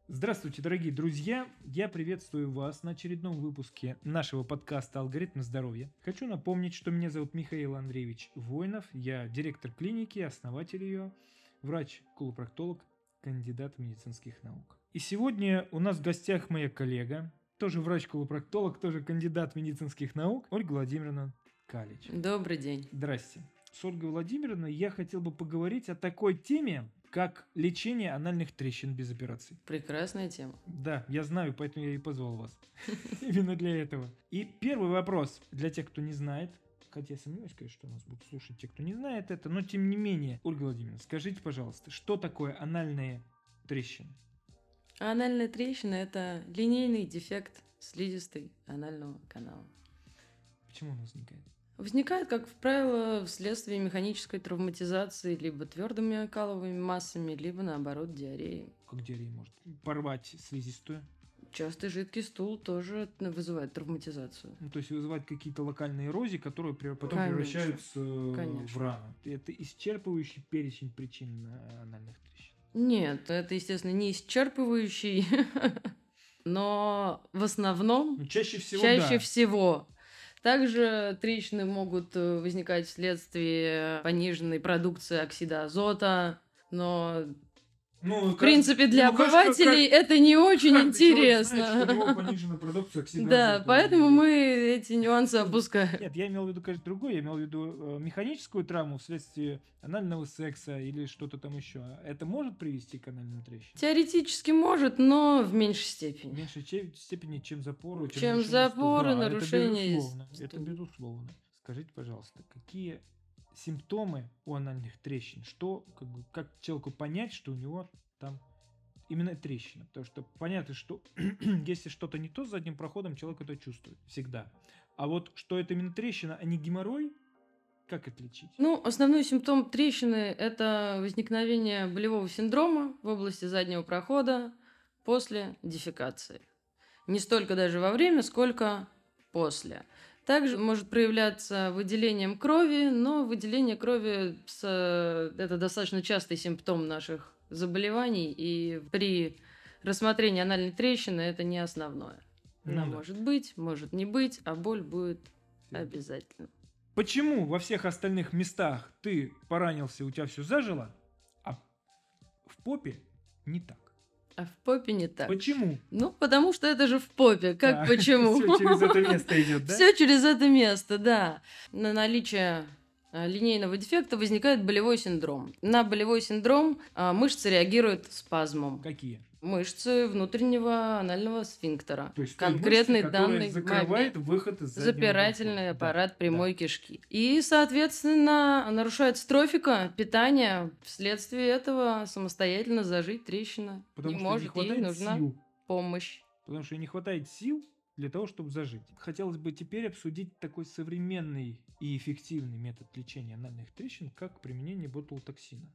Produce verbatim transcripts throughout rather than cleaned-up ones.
Здравствуйте, дорогие друзья! Я приветствую вас на очередном выпуске нашего подкаста «Алгоритмы здоровья». Хочу напомнить, что меня зовут Михаил Андреевич Воинов. Я директор клиники, основатель ее, врач-колопроктолог, кандидат медицинских наук. И сегодня у нас в гостях моя коллега, тоже врач-колопроктолог, тоже кандидат медицинских наук, Ольга Владимировна Калич. Добрый день. Здрасте. С Ольгой Владимировной я хотел бы поговорить о такой теме, как лечение анальных трещин без операций. Прекрасная тема. Да, я знаю, поэтому я и позвал вас. Именно для этого. И первый вопрос для тех, кто не знает, хотя я сомневаюсь, конечно, что нас будут слушать те, кто не знает это, но тем не менее, Ольга Владимировна, скажите, пожалуйста, что такое анальные трещины? Анальная трещина – это линейный дефект слизистой анального канала. Почему он возникает? Возникает, как правило, вследствие механической травматизации либо твердыми каловыми массами, либо, наоборот, диареей. Как диарея может порвать слизистую? Частый жидкий стул тоже вызывает травматизацию. Ну, то есть вызывает какие-то локальные эрозии, которые потом Конечно. превращаются Конечно. в рану. Это исчерпывающий перечень причин анальных трещин? Нет, это, естественно, не исчерпывающий, но в основном, ну, чаще всего, чаще да. всего. Также трещины могут возникать вследствие пониженной продукции оксида азота, но Ну, в принципе для ну, как- обывателей как- это не очень как ты человек интересно. знает, что у него понижена продукция оксида Да, азота? поэтому мы эти нюансы опускаем. Нет, я имел в виду, конечно, другое. Я имел в виду э, механическую травму вследствие анального секса или что-то там еще. Это может привести к анальным трещинам? Теоретически может, но в меньшей В степени. меньшей че- степени, чем запоры, чем, Чем нарушение запоры, стула. Да, нарушение Это безусловно. стула. Это безусловно. Скажите, пожалуйста, какие симптомы у анальных трещин? Что, как бы, как человеку понять, что у него там именно трещина? Потому что понятно, что если что-то не то с задним проходом, человек это чувствует всегда. А вот что это именно трещина, а не геморрой, как отличить? Ну, основной симптом трещины – это возникновение болевого синдрома в области заднего прохода после дефекации. Не столько даже во время, сколько после. Также может проявляться выделением крови, но выделение крови с- это достаточно частый симптом наших заболеваний, и при рассмотрении анальной трещины это не основное. Она Ну да. может быть, может не быть, а боль будет обязательно. Почему во всех остальных местах ты поранился, у тебя все зажило, а в попе не так? А в попе не так. Почему? Ну, потому что это же в попе. Как А, почему? всё через это место идет, да? Все через это место, да. На наличие а, линейного дефекта возникает болевой синдром. На болевой синдром а, мышцы реагируют спазмом. Какие? Мышцы внутреннего анального сфинктера. То есть той Конкретный мышцы, которая данный закрывает момент. выход из заднего Запирательный прохода. аппарат Да, прямой кишки. И, соответственно, нарушается трофика питания. Вследствие этого самостоятельно зажить трещина Потому не что может, не ей хватает нужна сил. помощь. Потому что не хватает сил для того, чтобы зажить. Хотелось бы теперь обсудить такой современный и эффективный метод лечения анальных трещин, как применение ботулотоксина.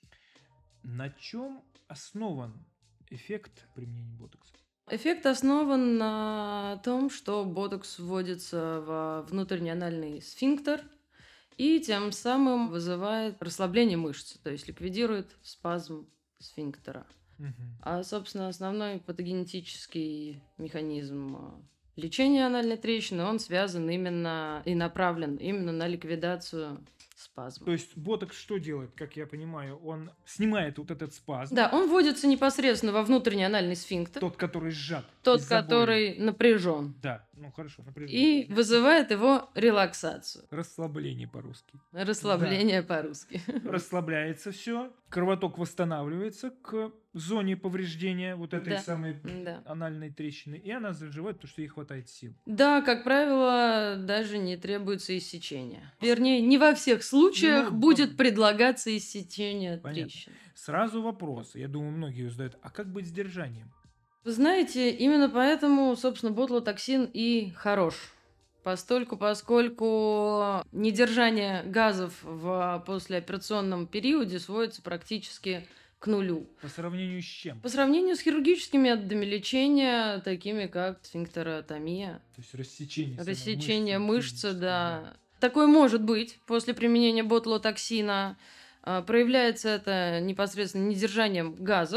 На чем основан эффект применения ботокса? Эффект основан на том, что ботокс вводится во внутренний анальный сфинктер и тем самым вызывает расслабление мышц, то есть ликвидирует спазм сфинктера. Мгм. А, собственно, основной патогенетический механизм а, лечения анальной трещины, он связан именно и направлен именно на ликвидацию спазма. То есть ботокс что делает, как я понимаю? Он снимает вот этот спазм, Да, он вводится непосредственно во внутренний анальный сфинктер, тот, который сжат. тот, из-за боли. который напряжен, Да, ну хорошо, например. и вызывает его релаксацию. Расслабление по-русски. Расслабление по-русски. Расслабляется все, кровоток восстанавливается к зоне повреждения вот этой Да. самой Да. анальной трещины, и она заживает, потому что ей хватает сил. Да, как правило, даже не требуется иссечение. Вернее, не во всех случаях Ну, будет пон- предлагаться иссечение Понятно. трещин. Сразу вопрос, я думаю, многие ее задают, а как быть с держанием? Вы знаете, именно поэтому, собственно, ботулотоксин и хорош. Постольку, поскольку недержание газов в послеоперационном периоде сводится практически к нулю. По сравнению с чем? По сравнению с хирургическими методами лечения, такими как сфинктеротомия, То есть рассечение самой рассечение мышцы мышцы, физически, да. Такое может быть после применения ботулотоксина. А, Проявляется это непосредственно недержанием газов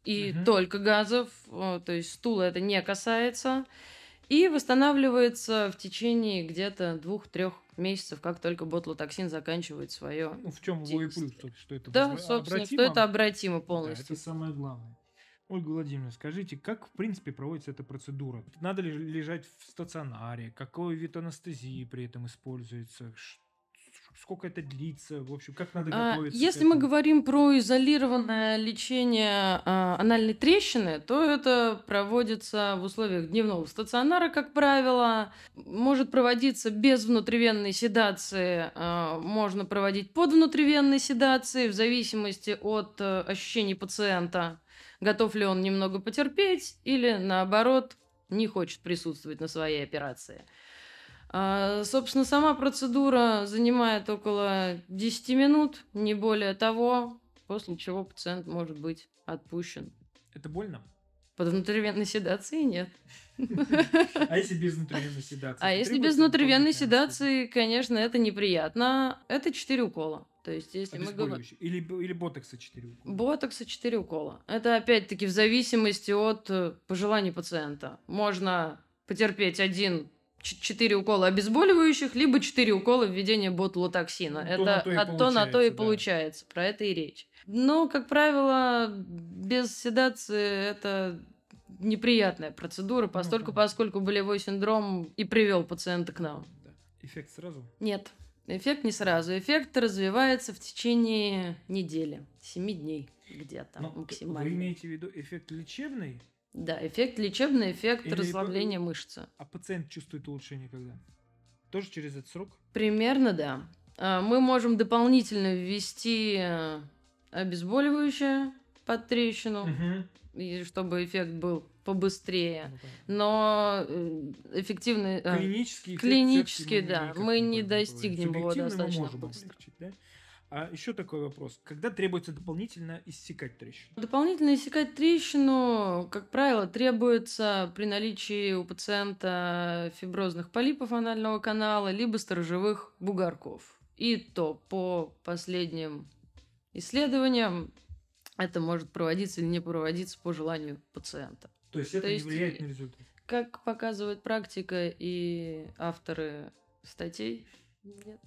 и Мгм. только газов, э, то есть стула это не касается, и восстанавливается в течение где-то двух-трех месяцев, как только ботулотоксин заканчивает свое Ну, в чем его и плюс, действие. что это Да, возра- собственно, что это обратимо. обратимо Да, это полностью. самое главное. Ольга Владимировна, скажите, как в принципе проводится эта процедура? Надо ли лежать в стационаре? Какой вид анестезии при этом используется? Ш- Сколько это длится? В общем, как надо А, готовиться к Если мы этому? говорим про изолированное лечение а, анальной трещины, то это проводится в условиях дневного стационара, как правило. Может проводиться без внутривенной седации, а, можно проводить под внутривенной седацией, в зависимости от э, ощущений пациента, готов ли он немного потерпеть или, наоборот, не хочет присутствовать на своей операции. А, собственно, сама процедура занимает около десяти минут, не более того, после чего пациент может быть отпущен. Это больно? Под внутривенной седацией нет. А если без внутривенной седации? А Это если без требуется внутривенной дополнительная анестезия? седации, конечно, это неприятно. Это четыре укола. То есть, если мы говорим... Обезболивающее? Или, б- или ботокса четыре укола? Ботокса четыре укола. Это опять-таки в зависимости от э, пожеланий пациента. Можно потерпеть один четыре укола обезболивающих, либо четыре укола введения ботулотоксина. Ну, то на Это то и от то на то и получается, да. получается. Про это и речь. Но, как правило, без седации это неприятная процедура, постольку, понятно. поскольку болевой синдром и привел пациента к нам. Да. Эффект сразу? Нет, эффект не сразу. Эффект развивается в течение недели, семи дней где-то Но максимально. вы имеете в виду эффект лечебный? Да, эффект лечебный, эффект Или расслабления мышцы. А пациент чувствует улучшение когда? Тоже через этот срок? Примерно, да. А, Мы можем дополнительно ввести э, обезболивающее под трещину, Мгм. и чтобы эффект был побыстрее. Ну, понятно. Но э, эффективный... э, Клинический эффект клинически, всё-таки мы да, никак мы не не можем достигнем повлиять. его Субъективно мы достаточно можем быстро. облегчить, да? А еще такой вопрос. Когда требуется дополнительно иссекать трещину? Дополнительно иссякать трещину, как правило, требуется при наличии у пациента фиброзных полипов анального канала, либо сторожевых бугорков. И то по последним исследованиям это может проводиться или не проводиться по желанию пациента. То есть То это не есть, влияет и- на результат? Как показывает практика и авторы статей, нет.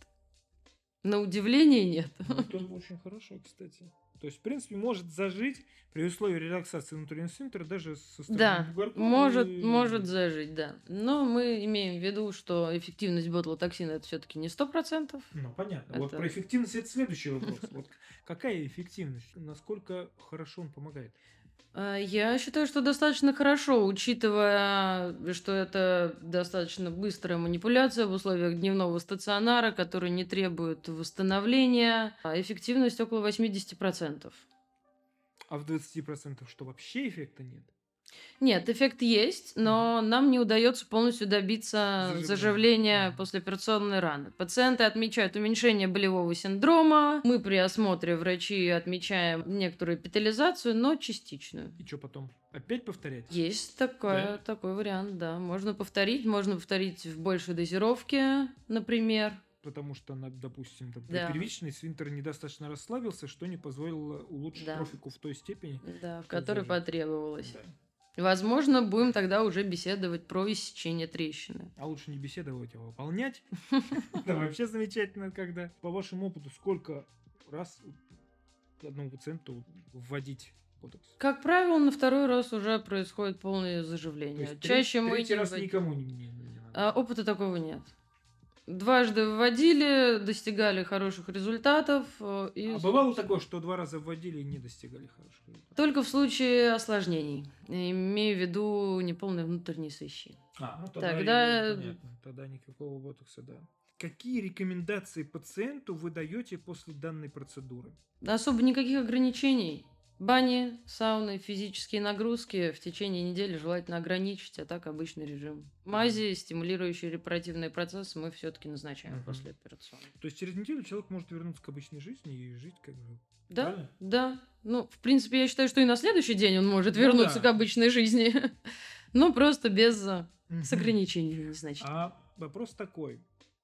На удивление нет. Ну, это очень хорошо, кстати. То есть, в принципе, может зажить при условии релаксации внутреннего сфинктера даже со стороны Да, бугорков может, и- может зажить, да. Но мы имеем в виду, что эффективность ботулотоксина это все-таки не сто процентов. Ну, понятно. Вот Это- про эффективность это следующий вопрос. Вот какая эффективность? Насколько хорошо он помогает? А, Я считаю, что достаточно хорошо, учитывая, что это достаточно быстрая манипуляция в условиях дневного стационара, который не требует восстановления. А Эффективность около восемьдесят процентов. А в двадцати процентах что, вообще эффекта нет? Нет, эффект есть, но нам не удается полностью добиться Заживления. заживления Мгм. послеоперационной раны. Пациенты отмечают уменьшение болевого синдрома. Мы при осмотре врачи отмечаем некоторую эпителизацию, но частичную. И что потом? Опять повторять? Есть такое, Да? такой вариант, да. Можно повторить, можно повторить в большей дозировке, например. Потому что, на- допустим, там, Да. первичный сфинктер недостаточно расслабился, что не позволило улучшить Да. трофику в той степени. Да, в Что которой зажить. потребовалось. Да. Возможно, будем тогда уже беседовать про иссечение трещины. А лучше не беседовать, а выполнять. Это вообще замечательно, когда. По вашему опыту, сколько раз одному пациенту вводить ботокс? Как правило, на второй раз уже происходит полное То заживление. есть Чаще треть- мы третий не раз вводим. никому не, не- не надо. А, опыта такого нет. Дважды вводили, достигали хороших результатов. э, И А бывало такое, что два раза вводили и не достигали хороших результатов? Только в случае осложнений. Имею в виду неполные внутренние свищи. А, ну тогда, Тогда- и понятно. Тогда никакого ботокса, да. Какие рекомендации пациенту вы даете после данной процедуры? Особо никаких ограничений. Бани, сауны, физические нагрузки в течение недели желательно ограничить, а так обычный режим. Мази, стимулирующие репаративные процессы мы все-таки назначаем Мгм. после операционной. То есть через неделю человек может вернуться к обычной жизни и жить как бы. Да, Правильно? да. Ну, в принципе, я считаю, что и на следующий день он может Ну вернуться да. к обычной жизни. Но просто без э, Мгм. с ограничениями незначительными. А вопрос такой.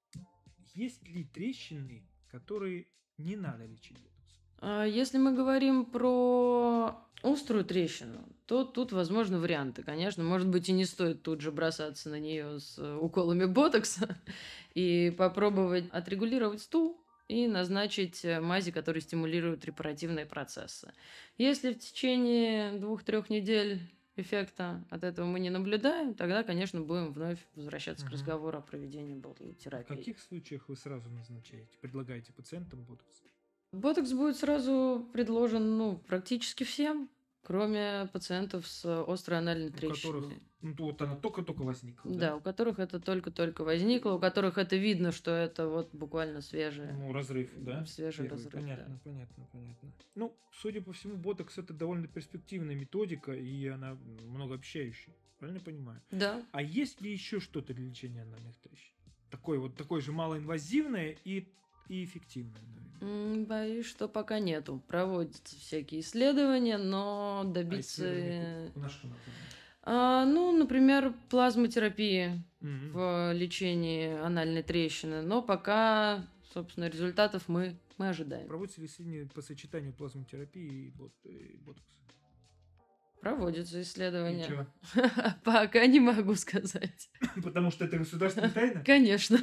Есть ли трещины, которые не надо лечить ботоксом? А Если мы говорим про острую трещину, то тут возможны варианты. Конечно, может быть, и не стоит тут же бросаться на нее с э, уколами ботокса и попробовать отрегулировать стул и назначить э, мази, которые стимулируют репаративные процессы. Если в течение двух-трех недель эффекта от этого мы не наблюдаем, тогда, конечно, будем вновь возвращаться к Мгм. разговору о проведении В ботулотерапии. каких случаях вы сразу назначаете, предлагаете пациентам ботокс? Ботокс будет сразу предложен, ну, практически всем, кроме пациентов с острой анальной У которых, трещиной. ну, то вот она только-только возникла, да? Да, у которых это только-только возникло, у которых это видно, что это вот буквально свежее, Ну, разрыв, да? свежий Первый. разрыв. Да. Понятно, понятно, понятно. Ну, судя по всему, ботокс это довольно перспективная методика, и она многообещающая. Правильно я понимаю? Да. А есть ли еще что-то для лечения анальных трещин? Такое вот, такое же малоинвазивное и, и эффективное, наверное. М, Боюсь, что пока нету. Проводятся всякие исследования, но А добиться... исследование ку- на что направлено? А, ну, например, плазмотерапия Мгм. в лечении анальной трещины, но пока, собственно, результатов мы, мы ожидаем. Проводится ли исследование по сочетанию плазмотерапии и, бот, и ботокса? Проводятся И исследования. чё? Пока не могу сказать. Потому что это государственная тайна? Конечно.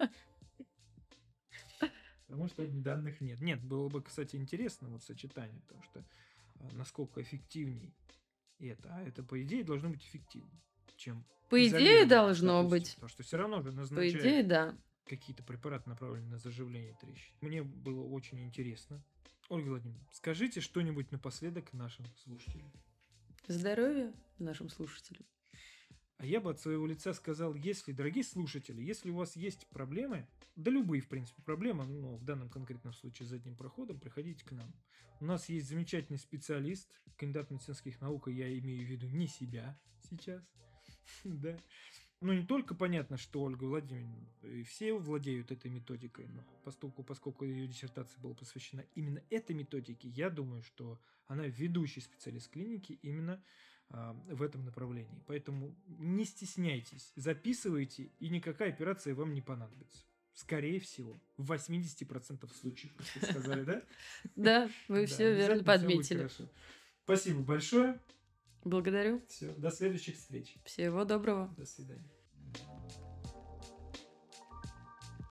Потому что данных нет. Нет, было бы, кстати, интересно вот сочетание, потому что а, насколько эффективней это. А это, по идее, должно быть эффективнее, чем По идее, изолированно, должно допустим. быть. Потому что все равно же По назначают идее, да. какие-то препараты, направленные на заживление трещин. Мне было очень интересно. Ольга Владимировна, скажите что-нибудь напоследок нашим слушателям. Здоровья нашим слушателям. А я бы от своего лица сказал, если, дорогие слушатели, если у вас есть проблемы, да любые, в принципе, проблемы, но в данном конкретном случае с задним проходом, приходите к нам. У нас есть замечательный специалист, кандидат медицинских наук, и я имею в виду не себя сейчас, да. Ну, не только понятно, что Ольга Владимировна, и все владеют этой методикой, но поскольку, поскольку ее диссертация была посвящена именно этой методике, я думаю, что она ведущий специалист клиники именно а, в этом направлении. Поэтому не стесняйтесь, записывайте, и никакая операция вам не понадобится. Скорее всего, в восемьдесят процентов случаев, как вы сказали, да? Да, вы Да, все верно обязательно всё будет подметили. хорошо. Спасибо большое. Благодарю. Все, до следующих встреч. Всего доброго. До свидания.